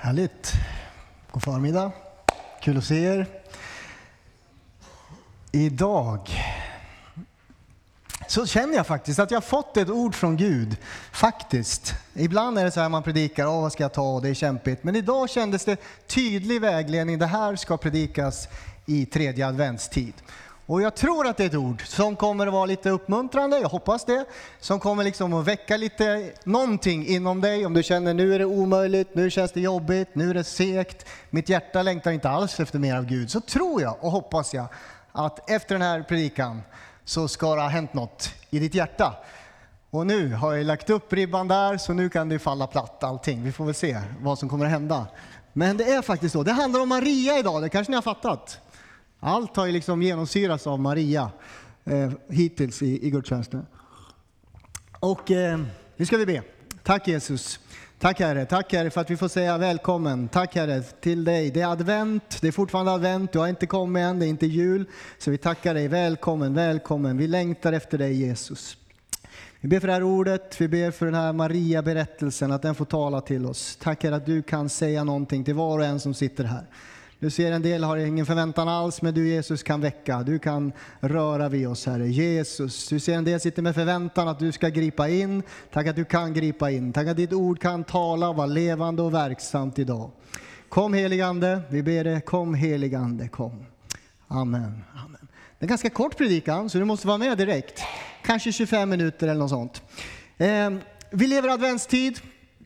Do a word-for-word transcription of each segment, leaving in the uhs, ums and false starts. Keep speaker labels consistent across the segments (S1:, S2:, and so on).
S1: Härligt. God förmiddag. Kul att se er. Idag så känner jag faktiskt att jag har fått ett ord från Gud. Faktiskt. Ibland är det så här man predikar, åh vad ska jag ta, det är kämpigt. Men idag kändes det tydlig vägledning. Det här ska predikas i tredje adventstid. Och jag tror att det är ett ord som kommer att vara lite uppmuntrande, jag hoppas det. Som kommer liksom att väcka lite någonting inom dig. Om du känner nu är det omöjligt, nu känns det jobbigt, nu är det segt. Mitt hjärta längtar inte alls efter mer av Gud. Så tror jag och hoppas jag att efter den här predikan så ska det ha hänt något i ditt hjärta. Och nu har jag lagt upp ribban där, så nu kan det falla platt allting. Vi får väl se vad som kommer att hända. Men det är faktiskt så. Det handlar om Maria idag, det kanske ni har fattat. Allt har ju liksom genomsyrats av Maria eh, hittills i, i gudstjänsten. Och eh, nu ska vi be. Tack Jesus. Tack Herre. Tack Herre för att vi får säga välkommen. Tack Herre till dig. Det är advent. Det är fortfarande advent. Du har inte kommit än. Det är inte jul. Så vi tackar dig. Välkommen, välkommen. Vi längtar efter dig Jesus. Vi ber för det här ordet. Vi ber för den här Maria-berättelsen. Att den får tala till oss. Tack Herre att du kan säga någonting till var och en som sitter här. Du ser en del har ingen förväntan alls, men du Jesus kan väcka. Du kan röra vid oss Herre. Jesus, du ser en del sitter med förväntan att du ska gripa in. Tack att du kan gripa in. Tack att ditt ord kan tala och vara levande och verksamt idag. Kom heligande, vi ber dig, kom heligande, kom. Amen. Amen. Det är en ganska kort predikan så du måste vara med direkt. Kanske tjugofem minuter eller något sånt. Eh, vi lever adventstid.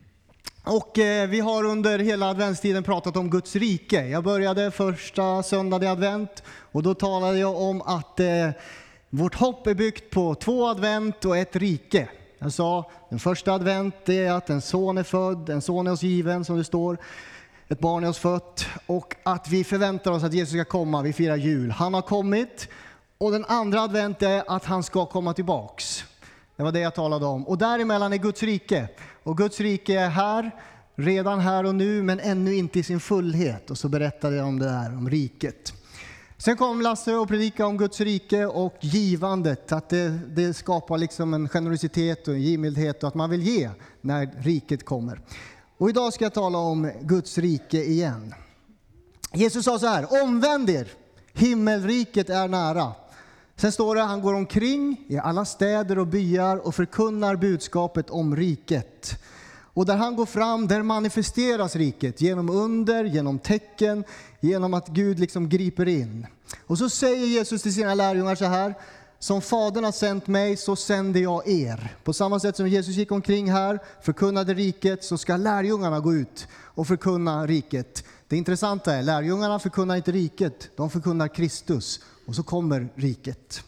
S1: Och eh, vi har under hela adventstiden pratat om Guds rike. Jag började första söndagen i advent och då talade jag om att eh, vårt hopp är byggt på två advent och ett rike. Jag sa den första advent är att en son är född, en son är oss given som det står. Ett barn är oss fött och att vi förväntar oss att Jesus ska komma, vi firar jul. Han har kommit och den andra advent är att han ska komma tillbaks. Det var det jag talade om. Och däremellan är Guds rike. Och Guds rike är här, redan här och nu, men ännu inte i sin fullhet. Och så berättade jag om det här, om riket. Sen kom Lasse och predika om Guds rike och givandet. Att det, det skapar liksom en generositet och en givmildhet och att man vill ge när riket kommer. Och idag ska jag tala om Guds rike igen. Jesus sa så här, omvänd er, himmelriket är nära. Sen står det, han går omkring i alla städer och byar och förkunnar budskapet om riket. Och där han går fram, där manifesteras riket genom under, genom tecken, genom att Gud liksom griper in. Och så säger Jesus till sina lärjungar så här, som Fadern har sänt mig så sänder jag er. På samma sätt som Jesus gick omkring här, förkunnade riket, så ska lärjungarna gå ut och förkunna riket. Det intressanta är, lärjungarna förkunnar inte riket, de förkunnar Kristus. Och så kommer riket.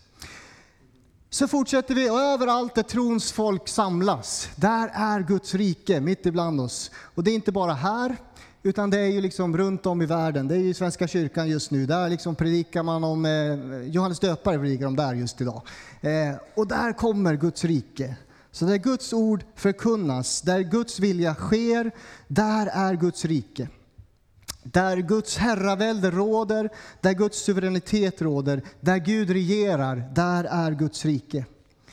S1: Så fortsätter vi, och överallt där trons folk samlas, där är Guds rike mitt ibland oss. Och det är inte bara här, utan det är ju liksom runt om i världen. Det är ju Svenska kyrkan just nu. Där liksom predikar man om, eh, Johannes döpare predikar om där just idag. Eh, och där kommer Guds rike. Så där Guds ord förkunnas, där Guds vilja sker, där är Guds rike. Där Guds herravälde råder, där Guds suveränitet råder, där Gud regerar, där är Guds rike.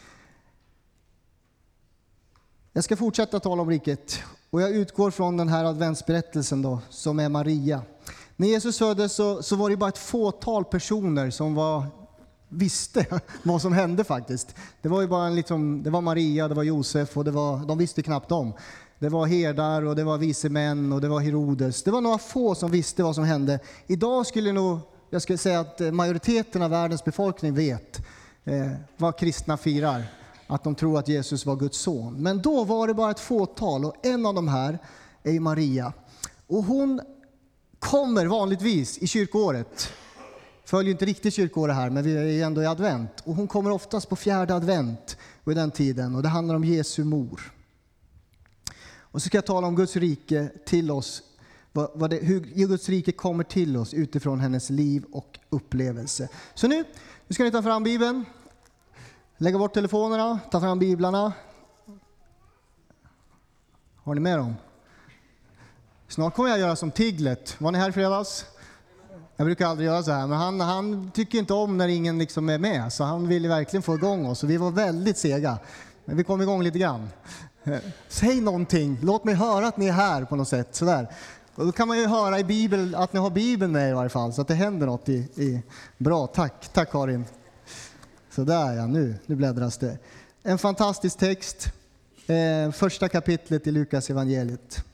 S1: Jag ska fortsätta tala om riket och jag utgår från den här adventsberättelsen då, som är Maria. När Jesus föddes så, så var det bara ett fåtal personer som var, visste vad som hände faktiskt. Det var ju bara en, liksom, det var Maria, det var Josef och det var, de visste knappt om. Det var herdar och det var vise män och det var Herodes. Det var några få som visste vad som hände. Idag skulle nog, jag skulle säga att majoriteten av världens befolkning vet eh, vad kristna firar. Att de tror att Jesus var Guds son. Men då var det bara ett fåtal och en av de här är Maria. Och hon kommer vanligtvis i kyrkoåret. Följer inte riktigt kyrkoåret här, men vi är ändå i advent. Och hon kommer oftast på fjärde advent och i den tiden. Och det handlar om Jesu mor. Och så ska jag tala om Guds rike till oss, vad, vad det, hur Guds rike kommer till oss utifrån hennes liv och upplevelse. Så nu, nu ska ni ta fram Bibeln, lägga bort telefonerna, ta fram biblarna. Har ni med dem? Snart kommer jag göra som Tiglet. Var ni här i fredags? Jag brukar aldrig göra så här, men han, han tycker inte om när ingen liksom är med. Så han ville verkligen få igång oss och vi var väldigt sega. Men vi kom igång lite grann. Säg någonting, låt mig höra att ni är här på något sätt. Sådär. Och då kan man ju höra i Bibeln att ni har Bibeln med i varje fall, så att det händer något i, i... Bra, tack. Tack Karin. Så där ja, nu, nu bläddras det. En fantastisk text. Eh, första kapitlet i Lukas evangeliet.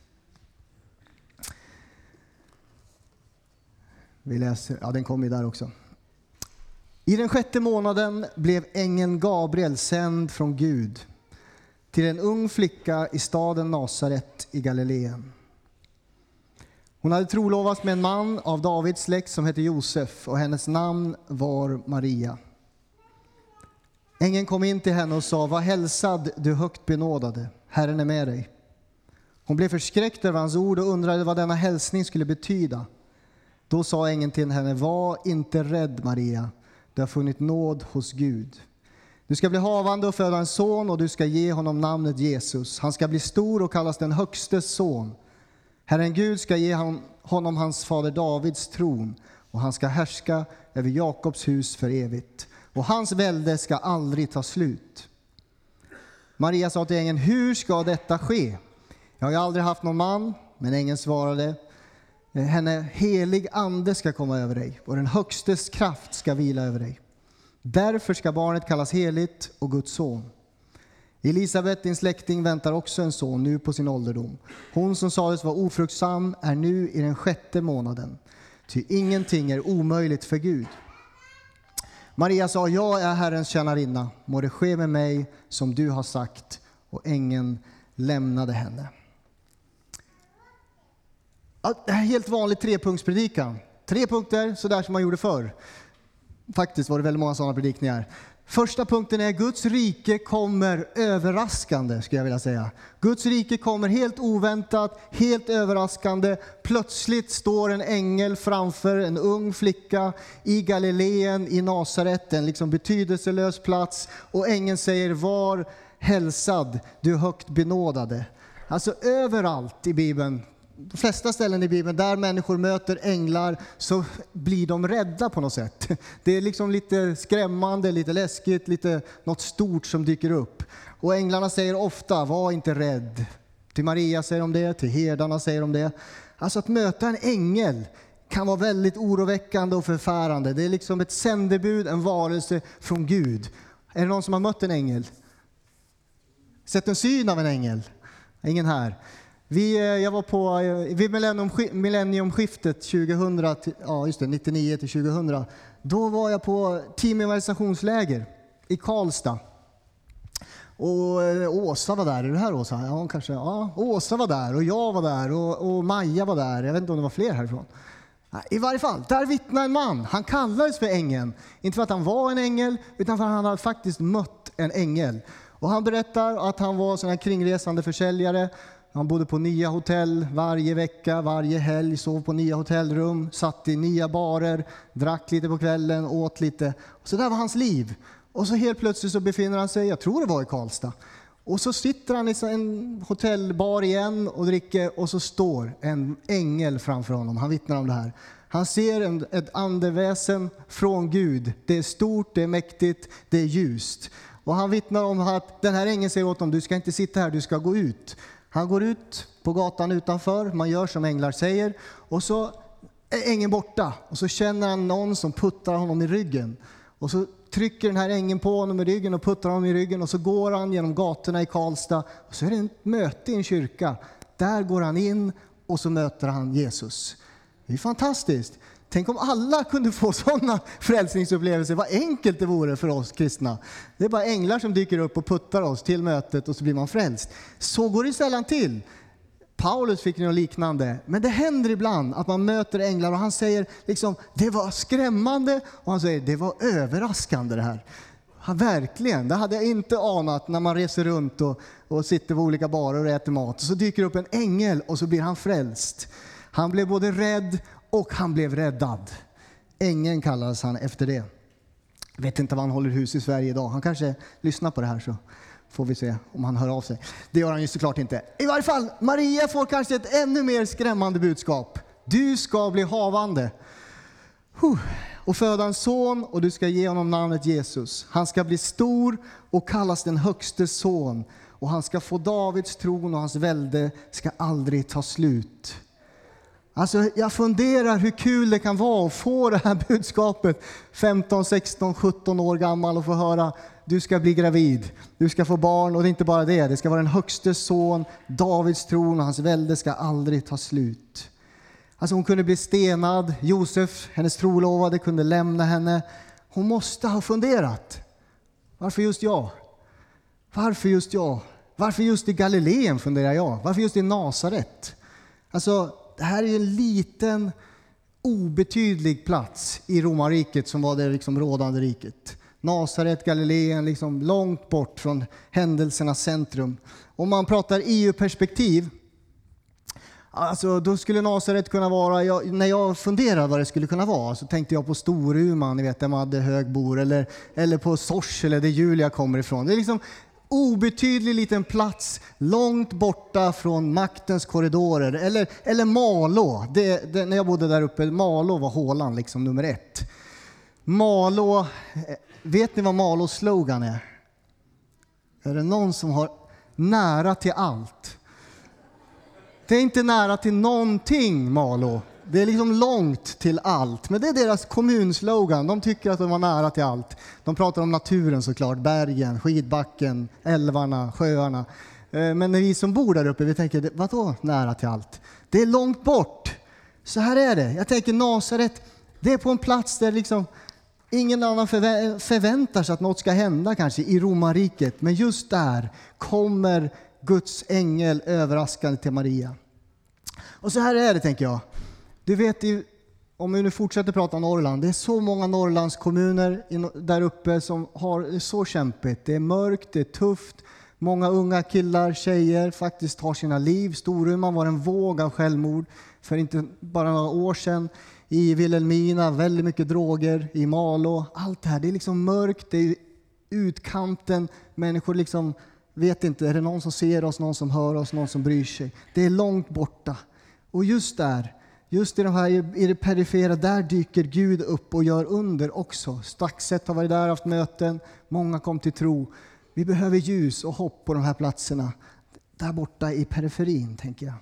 S1: Vi läser, ja den kommer ju där också. I den sjätte månaden blev ängeln Gabriel sänd från Gud till en ung flicka i staden Nasaret i Galileen. Hon hade trolovats med en man av Davids släkt som hette Josef, och hennes namn var Maria. Ängeln kom in till henne och sa: var hälsad, du högt benådade, Herren är med dig. Hon blev förskräckt över hans ord och undrade vad denna hälsning skulle betyda. Då sa ängeln till henne: var inte rädd, Maria, du har funnit nåd hos Gud. Du ska bli havande och föda en son, och du ska ge honom namnet Jesus. Han ska bli stor och kallas den högstes son. Herren Gud ska ge honom hans fader Davids tron, och han ska härska över Jakobs hus för evigt. Och hans välde ska aldrig ta slut. Maria sa till ängeln: hur ska detta ske? Jag har ju aldrig haft någon man. Men ängeln svarade henne: helig ande ska komma över dig, och den högstes kraft ska vila över dig. Därför ska barnet kallas heligt och Guds son. Elisabet, din släkting, väntar också en son nu på sin ålderdom. Hon som sades vara ofruktsam är nu i den sjätte månaden. Ty ingenting är omöjligt för Gud. Maria sa: jag är Herrens tjänarinna, må det ske med mig som du har sagt. Och ängeln lämnade henne. Det här är helt vanligt trepunktspredikan. Tre punkter, så där som man gjorde förr. Faktiskt var det väldigt många sådana predikningar. Första punkten är: Guds rike kommer överraskande, skulle jag vilja säga. Guds rike kommer helt oväntat, helt överraskande. Plötsligt står en ängel framför en ung flicka i Galileen, i Nasaret, en liksom betydelselös plats. Och ängeln säger: var hälsad, du högt benådade. Alltså överallt i Bibeln, de flesta ställen i Bibeln där människor möter änglar, så blir de rädda på något sätt. Det är liksom lite skrämmande, lite läskigt, lite något stort som dyker upp. Och änglarna säger ofta: var inte rädd. Till Maria säger de det, till herdarna säger de det. Alltså att möta en ängel kan vara väldigt oroväckande och förfärande. Det är liksom ett sändebud, en varelse från Gud. Är det någon som har mött en ängel? Sett en syn av en ängel? Ingen här. Vi, jag var på vid millenniumskiftet tjugohundra, ja just det, nittionio till tjugohundra. Då var jag på team evangelisationsläger i Karlstad. Och Åsa var där. Är det här Åsa? Ja, kanske. Ja, Åsa var där och jag var där och, och Maja var där. Jag vet inte om det var fler härifrån. I varje fall, där vittnade en man. Han kallades för ängeln. Inte för att han var en ängel, utan för att han hade faktiskt mött en ängel. Och han berättar att han var sån här kringresande försäljare. Han bodde på nya hotell varje vecka, varje helg, sov på nya hotellrum, satt i nya barer, drack lite på kvällen, åt lite. Så där var hans liv. Och så helt plötsligt så befinner han sig, jag tror det var i Karlstad. Och så sitter han i en hotellbar igen och dricker, och så står en ängel framför honom. Han vittnar om det här. Han ser en, ett andeväsen från Gud. Det är stort, det är mäktigt, det är ljust. Och han vittnar om att den här ängeln säger åt honom: du ska inte sitta här, du ska gå ut. Han går ut på gatan utanför, man gör som änglar säger, och så är ängeln borta. Och så känner han någon som puttar honom i ryggen. Och så trycker den här ängeln på honom i ryggen och puttar honom i ryggen. Och så går han genom gatorna i Karlstad, och så är det ett möte i en kyrka. Där går han in och så möter han Jesus. Det är fantastiskt. Tänk om alla kunde få sådana frälsningsupplevelser. Vad enkelt det vore för oss kristna. Det är bara änglar som dyker upp och puttar oss till mötet, och så blir man frälst. Så går det sällan till. Paulus fick något liknande. Men det händer ibland att man möter änglar, och han säger liksom: det var skrämmande. Och han säger: det var överraskande det här. Ja, verkligen. Det hade jag inte anat när man reser runt och, och sitter på olika barer och äter mat. Och så dyker upp en ängel och så blir han frälst. Han blev både rädd och han blev räddad. Ängeln kallades han efter det. Jag vet inte vad han håller hus i Sverige idag. Han kanske lyssnar på det här, så får vi se om han hör av sig. Det gör han ju såklart inte. I varje fall, Maria får kanske ett ännu mer skrämmande budskap. Du ska bli havande och föda en son, och du ska ge honom namnet Jesus. Han ska bli stor och kallas den högste son. Och han ska få Davids tron, och hans välde ska aldrig ta slut. Alltså jag funderar hur kul det kan vara att få det här budskapet femton, sexton, sjutton år gammal och få höra du ska bli gravid, du ska få barn och det är inte bara det, det ska vara den högste son, Davids tron och hans välde ska aldrig ta slut. Alltså hon kunde bli stenad, Josef, hennes trolovade, kunde lämna henne. Hon måste ha funderat. Varför just jag? Varför just jag? Varför just i Galileen funderar jag? Varför just i Nasaret? Alltså det här är ju en liten obetydlig plats i romarriket som var det liksom rådande riket. Nasaret, Galileen, liksom långt bort från händelsernas centrum. Om man pratar E U-perspektiv, alltså då skulle Nasaret kunna vara, jag, när jag funderade vad det skulle kunna vara så tänkte jag på Storuman, ni vet där man hade högbor, eller, eller på Sorsele där Julia kommer ifrån. Det är liksom obetydlig liten plats långt borta från maktens korridorer. Eller, eller Malå, det, det, när jag bodde där uppe, Malå var hålan liksom nummer ett. Malå, vet ni vad Malås slogan är? Är det någon som har nära till allt? Det är inte nära till någonting, Malå. Det är liksom långt till allt. Men det är deras kommunslogan. De tycker att de var nära till allt. De pratar om naturen såklart. Bergen, skidbacken, älvarna, sjöarna. Men när vi som bor där uppe, vi tänker, vadå nära till allt? Det är långt bort. Så här är det. Jag tänker Nasaret, det är på en plats där liksom ingen annan förvä- förväntar sig att något ska hända kanske i romarriket. Men just där kommer Guds ängel överraskande till Maria. Och så här är det, tänker jag. Du vet, om vi nu fortsätter prata om Norrland, det är så många Norrlandskommuner där uppe som har det så kämpigt. Det är mörkt, det är tufft. Många unga killar, tjejer faktiskt tar sina liv. Storuman var en våg av självmord för inte bara några år sedan. I Vilhelmina, väldigt mycket droger. I Malå, allt det här. Det är liksom mörkt, det är utkanten. Människor liksom vet inte, är det någon som ser oss, någon som hör oss, någon som bryr sig. Det är långt borta. Och just där, just i, de här, i det perifera, där dyker Gud upp och gör under också. Staxet har varit där, haft möten. Många kom till tro. Vi behöver ljus och hopp på de här platserna. Där borta i periferin, tänker jag.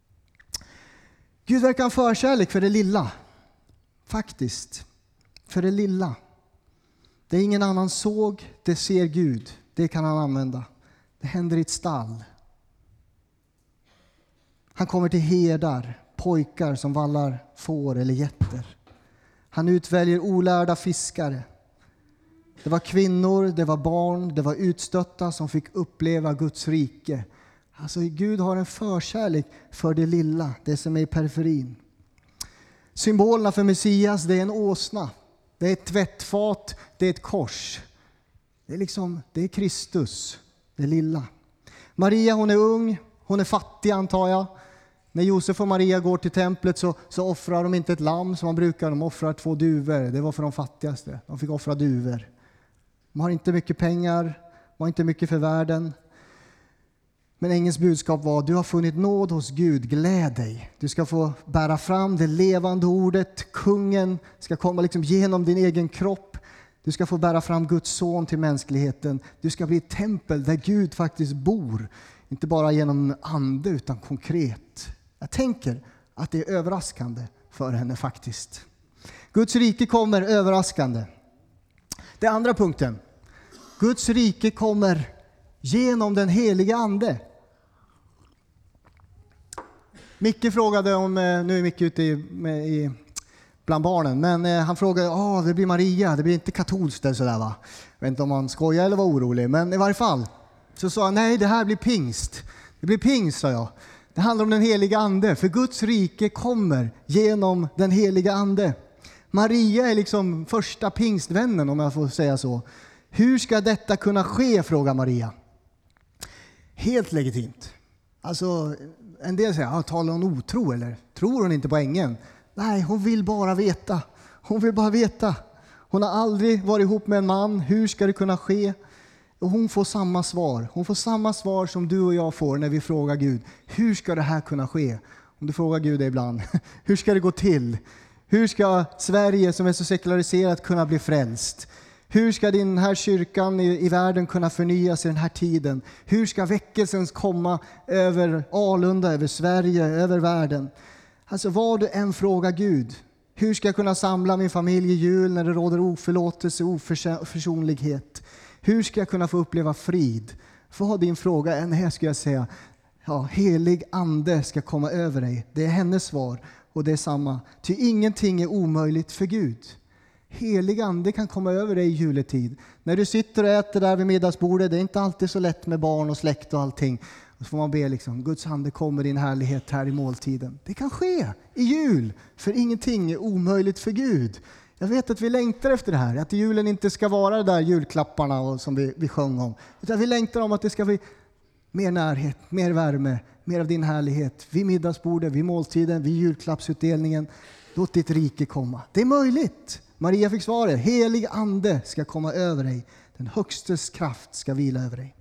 S1: Gud verkar ha förkärlek för det lilla. Faktiskt. För det lilla. Det är ingen annan såg, det ser Gud. Det kan han använda. Det händer i ett stall. Han kommer till herdar, pojkar som vallar får eller getter. Han utväljer olärda fiskare. Det var kvinnor, det var barn, det var utstötta som fick uppleva Guds rike. Alltså Gud har en förkärlek för det lilla, det som är i periferin. Symbolerna för Messias, det är en åsna. Det är ett tvättfat, det är ett kors. Det är liksom, det är Kristus, det lilla. Maria, hon är ung, hon är fattig antar jag. När Josef och Maria går till templet så, så offrar de inte ett lamm som man brukar, de offrar två duvor. Det var för de fattigaste, de fick offra duvor. De har inte mycket pengar, de har inte mycket för världen. Men ängelns budskap var, du har funnit nåd hos Gud, gläd dig. Du ska få bära fram det levande ordet, kungen ska komma liksom genom din egen kropp. Du ska få bära fram Guds son till mänskligheten. Du ska bli ett tempel där Gud faktiskt bor. Inte bara genom ande utan konkret. Jag tänker att det är överraskande för henne faktiskt. Guds rike kommer överraskande. Det andra punkten. Guds rike kommer genom den heliga ande. Micke frågade om, nu är Micke ute i, med, i, bland barnen, men eh, han frågade, ja det blir Maria, det blir inte katolskt eller sådär va? Jag vet inte om han skojar eller var orolig, men i varje fall så sa han, nej det här blir pingst. Det blir pingst, sa jag. Det handlar om den heliga ande, för Guds rike kommer genom den heliga ande. Maria är liksom första pingstvännen om jag får säga så. Hur ska detta kunna ske, frågar Maria. Helt legitimt. Alltså en del säger, ja, talar hon otro eller tror hon inte på ängeln? Nej, hon vill bara veta. Hon vill bara veta. Hon har aldrig varit ihop med en man. Hur ska det kunna ske? Och hon får samma svar. Hon får samma svar som du och jag får när vi frågar Gud. Hur ska det här kunna ske? Om du frågar Gud det ibland. Hur ska det gå till? Hur ska Sverige som är så sekulariserat kunna bli frälst? Hur ska den här kyrkan i, i världen kunna förnyas i den här tiden? Hur ska väckelsen komma över Alunda, över Sverige, över världen? Alltså vad du än frågar Gud. Hur ska jag kunna samla min familj i jul när det råder oförlåtelse och oförsonlighet? Hur ska jag kunna få uppleva frid? Vad din fråga än är ska jag säga, ja, helig ande ska komma över dig. Det är hennes svar och det är samma. Ty ingenting är omöjligt för Gud. Helig ande kan komma över dig i juletid. När du sitter och äter där vid middagsbordet, det är inte alltid så lätt med barn och släkt och allting. Och så får man be liksom, Guds ande kommer i din härlighet här i måltiden. Det kan ske i jul, för ingenting är omöjligt för Gud. Jag vet att vi längtar efter det här, att julen inte ska vara där julklapparna och som vi, vi sjöng om. Utan vi längtar om att det ska bli mer närhet, mer värme, mer av din härlighet. Vid middagsbordet, vid måltiden, vid julklappsutdelningen. Låt ditt rike komma. Det är möjligt. Maria fick svaret, helig ande ska komma över dig. Den högstes kraft ska vila över dig.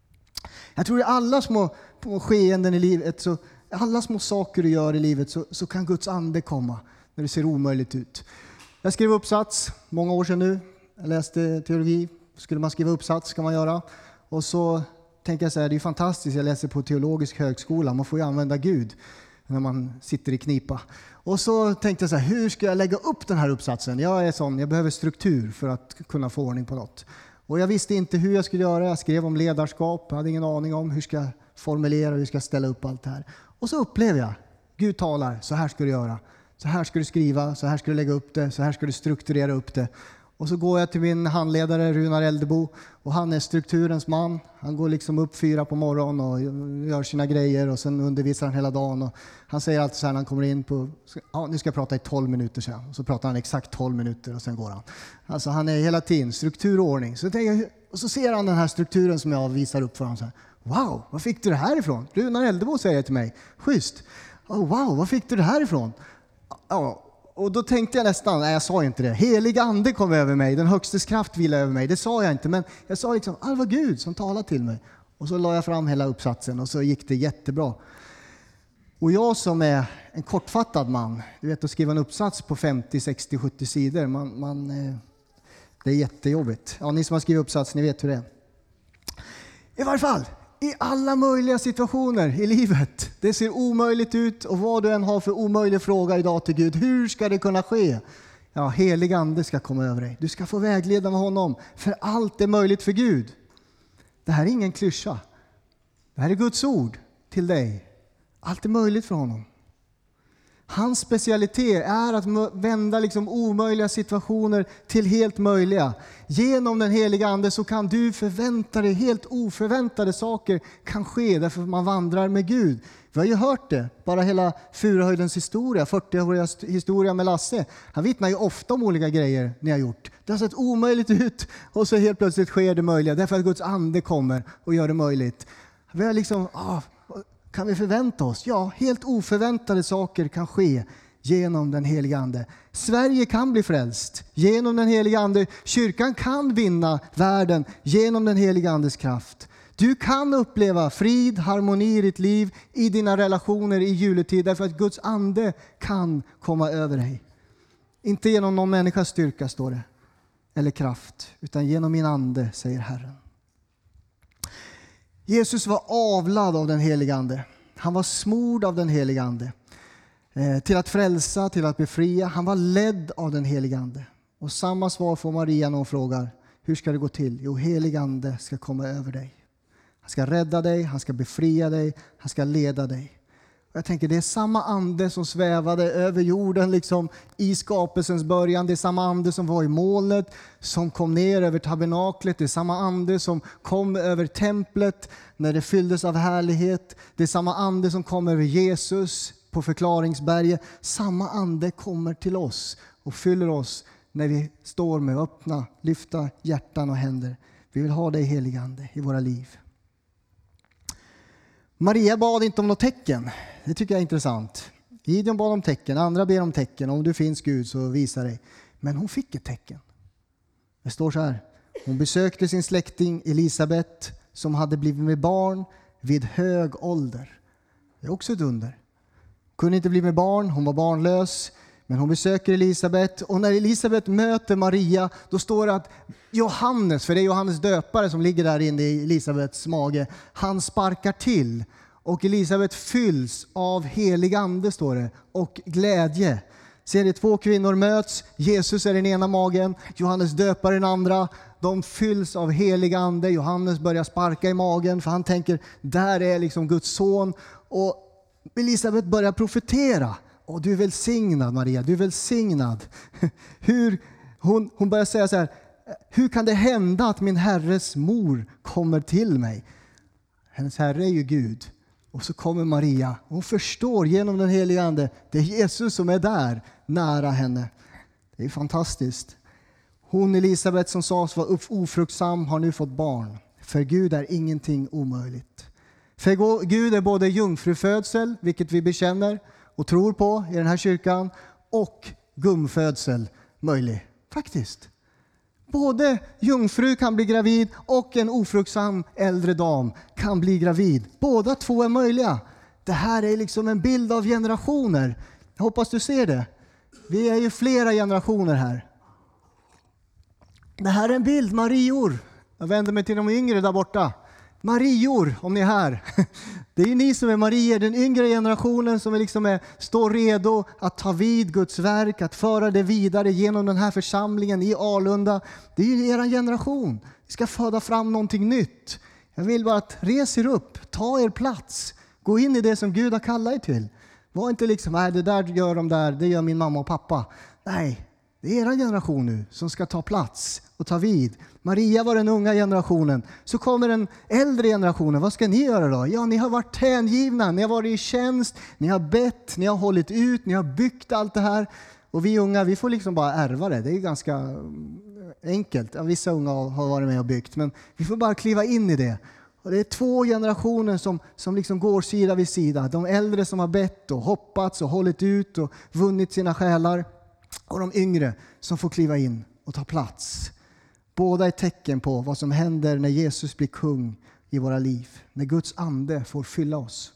S1: Jag tror i alla små skeenden i livet, så, alla små saker du gör i livet så, så kan Guds ande komma när det ser omöjligt ut. Jag skrev uppsats många år sedan nu. Jag läste teologi. Skulle man skriva uppsats ska man göra. Och så tänker jag så här, det är fantastiskt. Jag läser på teologisk högskola. Man får ju använda Gud när man sitter i knipa. Och så tänkte jag så här, hur ska jag lägga upp den här uppsatsen? Jag är sån, jag behöver struktur för att kunna få ordning på något. Och jag visste inte hur jag skulle göra. Jag skrev om ledarskap. Jag hade ingen aning om hur jag ska formulera, hur jag ska ställa upp allt det här. Och så upplever jag, Gud talar, så här ska du göra. Så här ska du skriva, så här ska du lägga upp det, så här ska du strukturera upp det. Och så går jag till min handledare Runar Eldebo och han är strukturens man. Han går liksom upp fyra på morgonen och gör sina grejer och sen undervisar han hela dagen. Och han säger alltid så här när han kommer in på, ja nu ska jag prata i tolv minuter sen. Och så pratar han exakt tolv minuter och sen går han. Alltså han är hela tiden struktur och ordning. Så tänker jag, och så ser han den här strukturen som jag visar upp för honom. Så här, wow, vad fick du det här ifrån? Runar Eldebo säger till mig, schysst. Oh, wow, vad fick du det här ifrån? Ja, och då tänkte jag nästan, nej jag sa inte det. Helig ande kom över mig, den högstes kraft vilade över mig. Det sa jag inte, men jag sa liksom, det var Gud som talade till mig. Och så la jag fram hela uppsatsen och så gick det jättebra. Och jag som är en kortfattad man, du vet att skriva en uppsats på femtio, sextio, sjuttio sidor, man, man, det är jättejobbigt. Ja, ni som har skrivit uppsats, ni vet hur det är. I varje fall, i alla möjliga situationer i livet. Det ser omöjligt ut och vad du än har för omöjlig fråga idag till Gud. Hur ska det kunna ske? Ja, helig ande ska komma över dig. Du ska få vägleda med honom. För allt är möjligt för Gud. Det här är ingen klyscha. Det här är Guds ord till dig. Allt är möjligt för honom. Hans specialitet är att vända liksom omöjliga situationer till helt möjliga. Genom den heliga ande så kan du förvänta dig helt oförväntade saker kan ske därför att man vandrar med Gud. Vi har ju hört det, bara hela Furahöjdens historia, fyrtio-åriga historia med Lasse. Han vittnar ju ofta om olika grejer ni har gjort. Det har sett omöjligt ut och så helt plötsligt sker det möjliga därför att Guds ande kommer och gör det möjligt. Vi har liksom... Ah, kan vi förvänta oss? Ja, helt oförväntade saker kan ske genom den heliga ande. Sverige kan bli frälst genom den heliga ande. Kyrkan kan vinna världen genom den heliga andes kraft. Du kan uppleva frid, harmoni i ditt liv, i dina relationer i juletid därför att Guds ande kan komma över dig. Inte genom någon människas styrka står det, eller kraft, utan genom min ande, säger Herren. Jesus var avlad av den heliga ande. Han var smord av den heliga ande. Eh, till att frälsa, till att befria. Han var ledd av den heliga ande. Och samma svar får Maria när hon frågar, hur ska det gå till? Jo, helig ande ska komma över dig. Han ska rädda dig, han ska befria dig, han ska leda dig. Och jag tänker, det är samma ande som svävade över jorden liksom i skapelsens början. Det är samma ande som var i molnet, som kom ner över tabernaklet. Det är samma ande som kom över templet när det fylldes av härlighet. Det är samma ande som kom över Jesus på förklaringsberget. Samma ande kommer till oss och fyller oss när vi står med öppna, lyfta hjärtan och händer. Vi vill ha dig, helig ande, i våra liv. Maria bad inte om något tecken. Det tycker jag är intressant. Gideon bad om tecken, andra ber om tecken. Om du finns Gud så visa dig. Men hon fick ett tecken. Det står så här. Hon besökte sin släkting Elisabet som hade blivit med barn vid hög ålder. Det är också ett under. Kunde inte bli med barn, hon var barnlös. Men hon besöker Elisabet och när Elisabet möter Maria då står det att Johannes, för det är Johannes döpare som ligger där inne i Elisabets mage, han sparkar till Och Elisabet fylls av helig ande, står det, och glädje. Ser det, två kvinnor möts, Jesus är den ena magen, Johannes döpar den andra. De fylls av helig ande. Johannes börjar sparka i magen för han tänker, där är liksom Guds son. Och Elisabet börjar profetera. Och du är välsignad, Maria, du är välsignad. Hur, hon, hon börjar säga så här, hur kan det hända att min herres mor kommer till mig? Hennes herre är ju Gud. Och så kommer Maria. Hon förstår genom den heliga ande, det är Jesus som är där nära henne. Det är fantastiskt. Hon Elisabet som sades vara ofruktsam har nu fått barn. För Gud är ingenting omöjligt. För Gud är både jungfrufödsel, vilket vi bekänner och tror på i den här kyrkan, och gumfödsel möjlig. Faktiskt. Både jungfru kan bli gravid och en ofruktsam äldre dam kan bli gravid. Båda två är möjliga. Det här är liksom en bild av generationer. Jag hoppas du ser det. Vi är ju flera generationer här. Det här är en bild, Marior. Jag vänder mig till de yngre där borta. Marior, om ni är här. Det är ju ni som är Marier, den yngre generationen som är liksom är, står redo att ta vid Guds verk, att föra det vidare genom den här församlingen i Alunda. Det är ju er generation. Vi ska föda fram någonting nytt. Jag vill bara att res er upp, ta er plats. Gå in i det som Gud har kallat er till. Var inte liksom, nej det där gör de där, det gör min mamma och pappa. Nej, det är er generation nu som ska ta plats och ta vid. Maria var den unga generationen. Så kommer den äldre generationen. Vad ska ni göra då? Ja, ni har varit hängivna. Ni har varit i tjänst. Ni har bett. Ni har hållit ut. Ni har byggt allt det här. Och vi unga, vi får liksom bara ärva det. Det är ganska enkelt. Ja, vissa unga har varit med och byggt. Men vi får bara kliva in i det. Och det är två generationer som, som liksom går sida vid sida. De äldre som har bett och hoppats och hållit ut och vunnit sina själar. Och de yngre som får kliva in och ta plats. Båda är tecken på vad som händer när Jesus blir kung i våra liv. När Guds ande får fylla oss.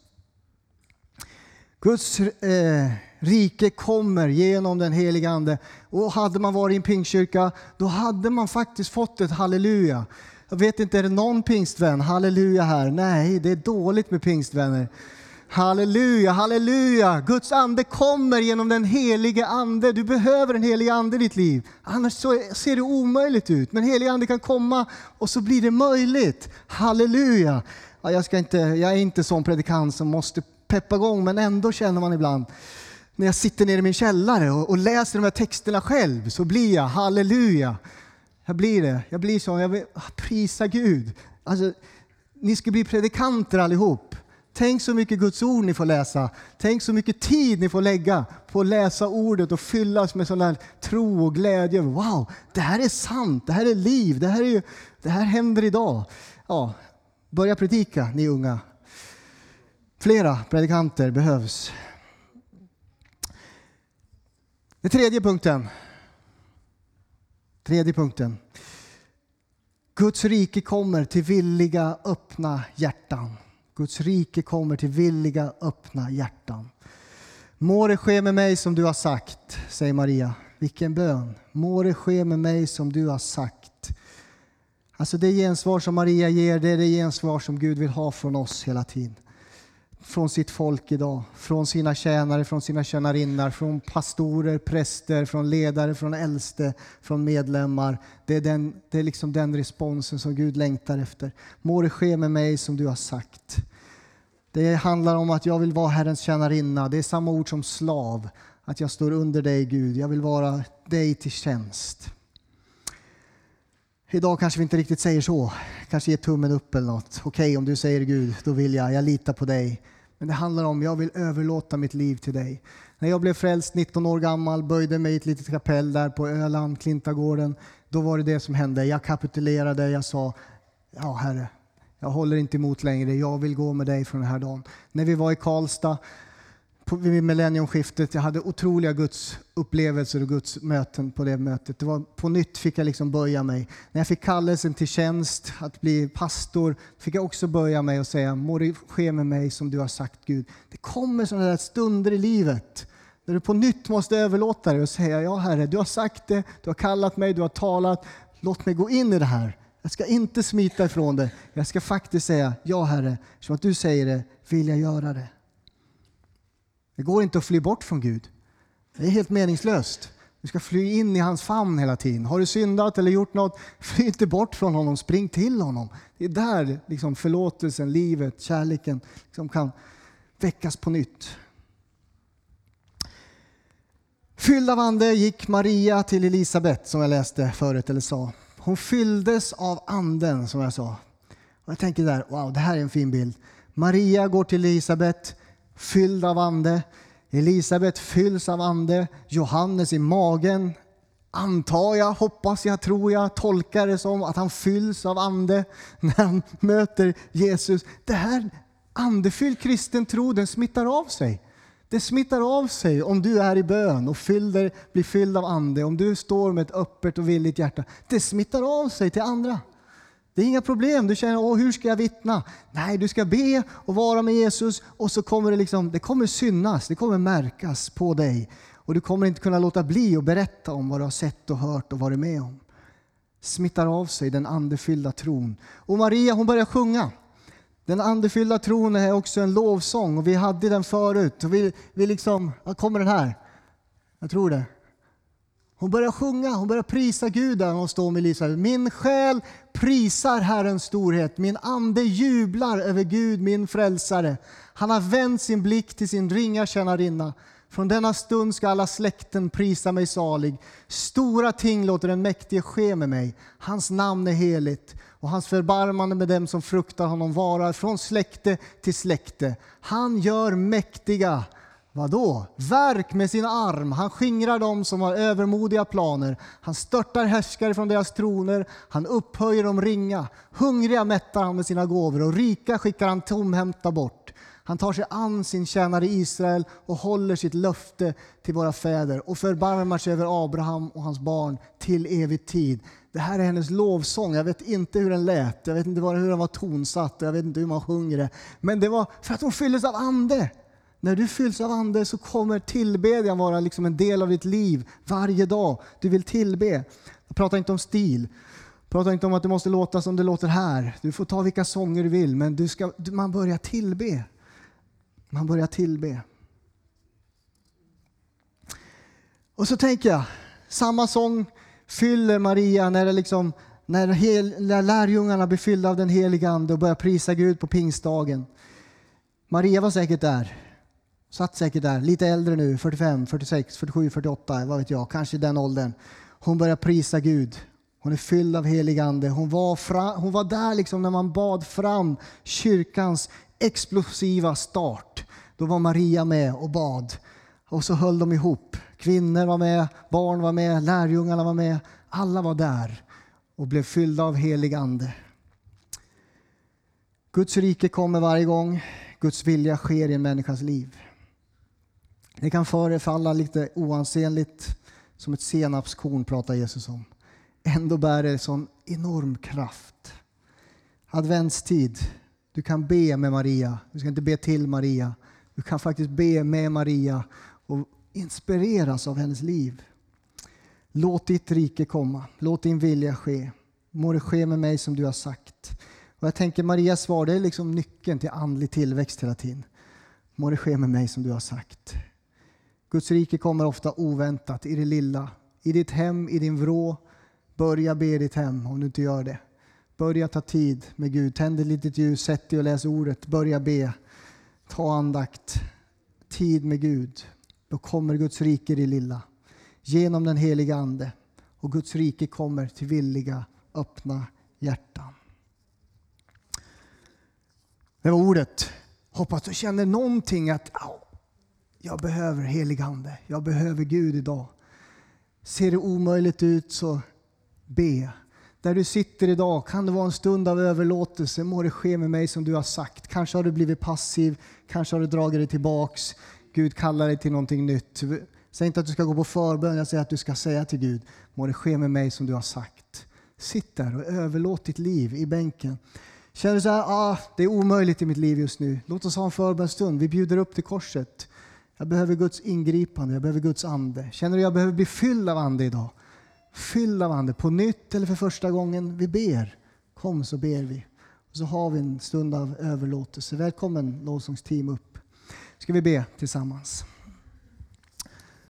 S1: Guds eh, rike kommer genom den heliga ande. Och hade man varit i en pingstkyrka, då hade man faktiskt fått ett halleluja. Jag vet inte, är det någon pingstvän? Halleluja här. Nej, det är dåligt med pingstvänner. Halleluja, halleluja. Guds ande kommer genom den heliga ande. Du behöver en helig ande i ditt liv. Annars så ser det omöjligt ut. Men helig ande kan komma och så blir det möjligt. Halleluja. Ja, jag, ska inte, jag är inte sån predikant som måste peppa igång, men ändå känner man ibland när jag sitter nere i min källare och, och läser de här texterna själv så blir jag halleluja. Jag blir det. Jag blir så. Jag vill prisa Gud. Alltså, ni ska bli predikanter allihop. Tänk så mycket Guds ord ni får läsa. Tänk så mycket tid ni får lägga på att läsa ordet och fyllas med sån här tro och glädje. Wow, det här är sant. Det här är liv. Det här, är ju, det här händer idag. Ja, börja predika, ni unga. Flera predikanter behövs. Den tredje punkten. Tredje punkten. Guds rike kommer till villiga, öppna hjärtan. Guds rike kommer till villiga, öppna hjärtan. Må det ske med mig som du har sagt, säger Maria. Vilken bön. Må det ske med mig som du har sagt. Alltså det gensvar som Maria ger, det är det gensvar som Gud vill ha från oss hela tiden. Från sitt folk idag, från sina tjänare, från sina tjänarinnor, från pastorer, präster, från ledare, från äldste, från medlemmar. Det är, den, det är liksom den responsen som Gud längtar efter. Må det ske med mig som du har sagt. Det handlar om att jag vill vara Herrens tjänarinna. Det är samma ord som slav. Att jag står under dig, Gud. Jag vill vara dig till tjänst. Idag kanske vi inte riktigt säger så. Kanske ge tummen upp eller något. Okej, om du säger Gud, då vill jag. Jag litar på dig. Men det handlar om att jag vill överlåta mitt liv till dig. När jag blev frälst nitton år gammal, böjde mig i ett litet kapell där på Öland, Klintagården. Då var det det som hände. Jag kapitulerade. Jag sa, ja Herre, jag håller inte emot längre. Jag vill gå med dig från den här dagen. När vi var i Karlstad på, vid millenniumskiftet, jag hade otroliga Guds upplevelser och Guds möten på det mötet. Det var, på nytt fick jag liksom böja mig. När jag fick kallelsen till tjänst, att bli pastor, fick jag också böja mig och säga, må det ske med mig som du har sagt, Gud. Det kommer sådana där stunder i livet där du på nytt måste överlåta dig och säga, ja Herre, du har sagt det, du har kallat mig, du har talat. Låt mig gå in i det här. Jag ska inte smita ifrån det. Jag ska faktiskt säga, ja Herre, som att du säger det, vill jag göra det. Det går inte att fly bort från Gud. Det är helt meningslöst. Du ska fly in i hans famn hela tiden. Har du syndat eller gjort något, fly inte bort från honom, spring till honom. Det är där liksom förlåtelsen, livet, kärleken liksom kan väckas på nytt. Fylld av ande gick Maria till Elisabet, som jag läste förut eller sa. Hon fylldes av anden, som jag sa. Och jag tänker där, wow, det här är en fin bild. Maria går till Elisabet, fylld av ande. Elisabet fylls av ande. Johannes i magen, antar jag, hoppas jag, tror jag, tolkar det som att han fylls av ande när han möter Jesus. Det här andefylld kristen tro, den smittar av sig. Det smittar av sig om du är i bön och fyller, blir fylld av ande. Om du står med ett öppet och villigt hjärta. Det smittar av sig till andra. Det är inga problem. Du känner, åh, hur ska jag vittna? Nej, du ska be och vara med Jesus. Och så kommer det liksom, det kommer synas. Det kommer märkas på dig. Och du kommer inte kunna låta bli att berätta om vad du har sett och hört och varit med om. Smittar av sig den andefyllda tron. Och Maria, hon börjar sjunga. Den andefyllda tron är också en lovsång. Och vi hade den förut. Och vi, vi liksom, ja, kommer den här? Jag tror det. Hon börjar sjunga, hon börjar prisa Gud där hon står med Elisabet. Min själ prisar Herrens storhet. Min ande jublar över Gud, min frälsare. Han har vänt sin blick till sin ringa tjänarinna. Från denna stund ska alla släkten prisa mig salig. Stora ting låter den mäktige ske med mig. Hans namn är heligt. Och hans förbarmande med dem som fruktar honom varar från släkte till släkte. Han gör mäktiga, vadå? Verk med sin arm. Han skingrar dem som har övermodiga planer. Han störtar härskare från deras troner. Han upphöjer dem ringa. Hungriga mättar han med sina gåvor och rika skickar han tomhänta bort. Han tar sig an sin tjänare Israel och håller sitt löfte till våra fäder och förbarmar sig över Abraham och hans barn till evig tid. Det här är hennes lovsång. Jag vet inte hur den lät. Jag vet inte hur den var tonsatt. Jag vet inte hur man sjunger det. Men det var för att hon fylldes av ande. När du fylls av ande så kommer tillbedjan vara liksom en del av ditt liv varje dag. Du vill tillbe. Jag pratar inte om stil. Jag pratar inte om att det måste låta som det låter här. Du får ta vilka sånger du vill, men du ska, man börjar tillbe. Man börjar tillbe. Och så tänker jag, samma sång fyller Maria när det liksom, när, hel, när lärjungarna blir fyllda av den heliga ande och börjar prisa Gud på pingstdagen. Maria var säkert där. Satt säkert där, lite äldre nu, fyrtiofem, fyrtiosex, fyrtiosju, fyrtioåtta, vad vet jag, kanske den åldern. Hon börjar prisa Gud. Hon är fylld av helig ande. Hon var, fra, hon var där liksom när man bad fram kyrkans explosiva start. Då var Maria med och bad. Och så höll de ihop. Kvinnor var med, barn var med, lärjungarna var med. Alla var där och blev fyllda av helig ande. Guds rike kommer varje gång Guds vilja sker i en människas liv. Det kan förefalla lite oansenligt, som ett senapskorn pratar Jesus om. Ändå bär det sån enorm kraft. Adventstid. Du kan be med Maria. Du ska inte be till Maria. Du kan faktiskt be med Maria och inspireras av hennes liv. Låt ditt rike komma. Låt din vilja ske. Må det ske med mig som du har sagt. Och jag tänker Marias svar, det är liksom nyckeln till andlig tillväxt hela tiden. Må det ske med mig som du har sagt. Guds rike kommer ofta oväntat i det lilla. I ditt hem, i din vrå. Börja be i ditt hem om du inte gör det. Börja ta tid med Gud. Tänd ett litet ljus, sätt dig och läs ordet. Börja be. Ta andakt. Tid med Gud. Då kommer Guds rike i det lilla. Genom den heliga ande. Och Guds rike kommer till villiga, öppna hjärtan. Det var ordet. Hoppas du känner någonting att jag behöver helig ande. Jag behöver Gud idag. Ser det omöjligt ut så be. Där du sitter idag kan det vara en stund av överlåtelse. Må det ske med mig som du har sagt. Kanske har du blivit passiv. Kanske har du dragit dig tillbaks. Gud kallar dig till någonting nytt. Säg inte att du ska gå på förbön. Jag säger att du ska säga till Gud. Må det ske med mig som du har sagt. Sitt där och överlåt ditt liv i bänken. Känner du så här, ah, det är omöjligt i mitt liv just nu. Låt oss ha en förbönstund. Vi bjuder upp till korset. Jag behöver Guds ingripande. Jag behöver Guds ande. Känner du att jag behöver bli fylld av ande idag? Fylld av ande. På nytt eller för första gången. Vi ber. Kom så ber vi. Och så har vi en stund av överlåtelse. Välkommen lovsångsteam upp. Ska vi be tillsammans.